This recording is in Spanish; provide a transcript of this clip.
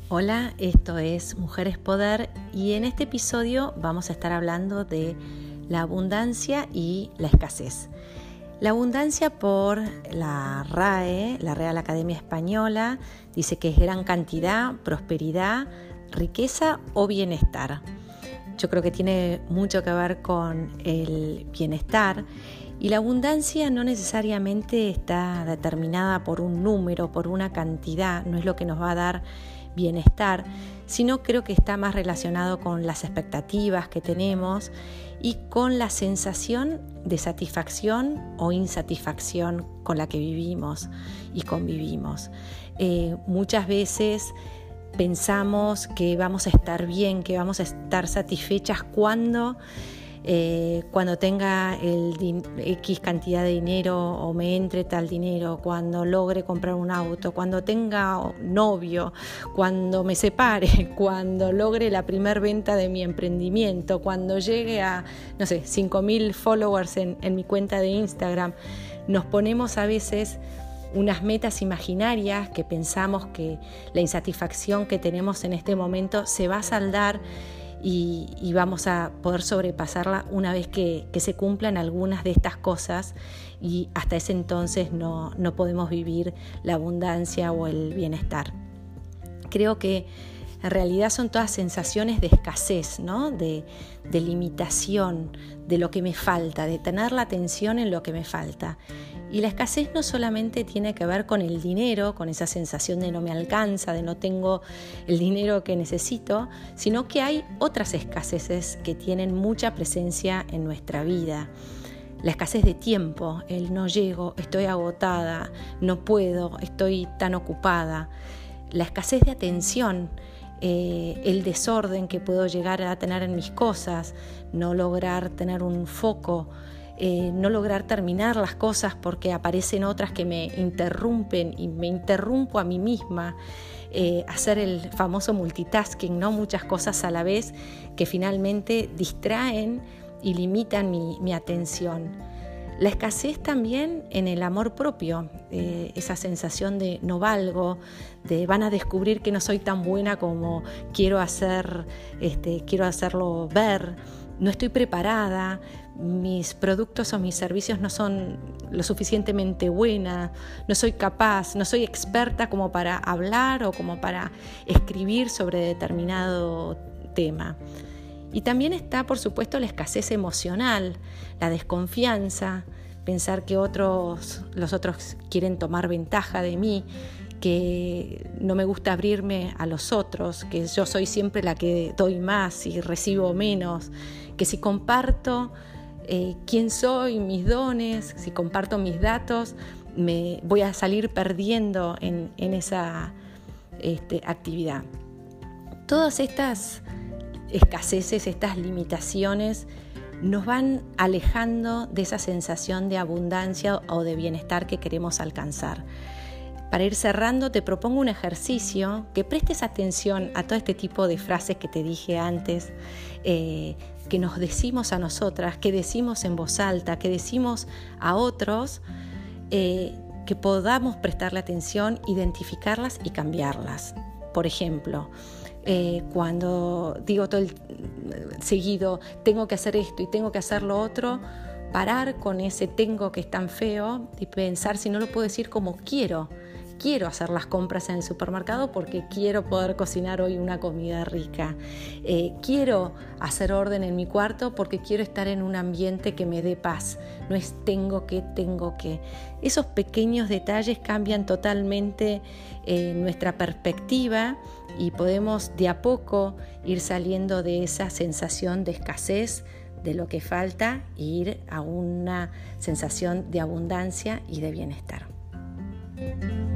Hola, esto es Mujeres Poder y en este episodio vamos a estar hablando de la abundancia y la escasez. La abundancia por la RAE, la Real Academia Española, dice que es gran cantidad, prosperidad, riqueza o bienestar. Yo creo que tiene mucho que ver con el bienestar y la abundancia no necesariamente está determinada por un número, por una cantidad, no es lo que nos va a dar bienestar, sino creo que está más relacionado con las expectativas que tenemos y con la sensación de satisfacción o insatisfacción con la que vivimos y convivimos. Muchas veces pensamos que vamos a estar bien, que vamos a estar satisfechas cuando tenga X cantidad de dinero o me entre tal dinero, cuando logre comprar un auto, cuando tenga novio, cuando me separe, cuando logre la primer venta de mi emprendimiento, cuando llegue a, 5.000 followers en mi cuenta de Instagram. Nos ponemos a veces unas metas imaginarias que pensamos que la insatisfacción que tenemos en este momento se va a saldar y vamos a poder sobrepasarla una vez que se cumplan algunas de estas cosas, y hasta ese entonces no podemos vivir la abundancia o el bienestar. Creo que en realidad son todas sensaciones de escasez, ¿no? de limitación, de lo que me falta, de tener la atención en lo que me falta. Y la escasez no solamente tiene que ver con el dinero, con esa sensación de no me alcanza, de no tengo el dinero que necesito, sino que hay otras escaseces que tienen mucha presencia en nuestra vida. La escasez de tiempo, el no llego, estoy agotada, no puedo, estoy tan ocupada. La escasez de atención, el desorden que puedo llegar a tener en mis cosas, no lograr tener un foco, no lograr terminar las cosas porque aparecen otras que me interrumpen y me interrumpo a mí misma, hacer el famoso multitasking, ¿no? Muchas cosas a la vez que finalmente distraen y limitan mi atención. La escasez también en el amor propio, esa sensación de no valgo, de van a descubrir que no soy tan buena como quiero hacerlo ver, no estoy preparada, mis productos o mis servicios no son lo suficientemente buena, no soy capaz, no soy experta como para hablar o como para escribir sobre determinado tema. Y también está, por supuesto, la escasez emocional, la desconfianza, pensar que los otros quieren tomar ventaja de mí, que no me gusta abrirme a los otros, que yo soy siempre la que doy más y recibo menos, que si comparto quién soy, mis dones, si comparto mis datos, me voy a salir perdiendo en esa actividad. Todas estas escaseces, estas limitaciones nos van alejando de esa sensación de abundancia o de bienestar que queremos alcanzar. Para ir cerrando, te propongo un ejercicio que prestes atención a todo este tipo de frases que te dije antes, que nos decimos a nosotras, que decimos en voz alta, que decimos a otros, que podamos prestarle atención, identificarlas y cambiarlas. Por ejemplo, cuando digo todo seguido, tengo que hacer esto y tengo que hacer lo otro, parar con ese tengo que es tan feo y pensar si no lo puedo decir como quiero hacer las compras en el supermercado porque quiero poder cocinar hoy una comida rica. Quiero hacer orden en mi cuarto porque quiero estar en un ambiente que me dé paz. No es tengo que. Esos pequeños detalles cambian totalmente nuestra perspectiva y podemos de a poco ir saliendo de esa sensación de escasez, de lo que falta, e ir a una sensación de abundancia y de bienestar.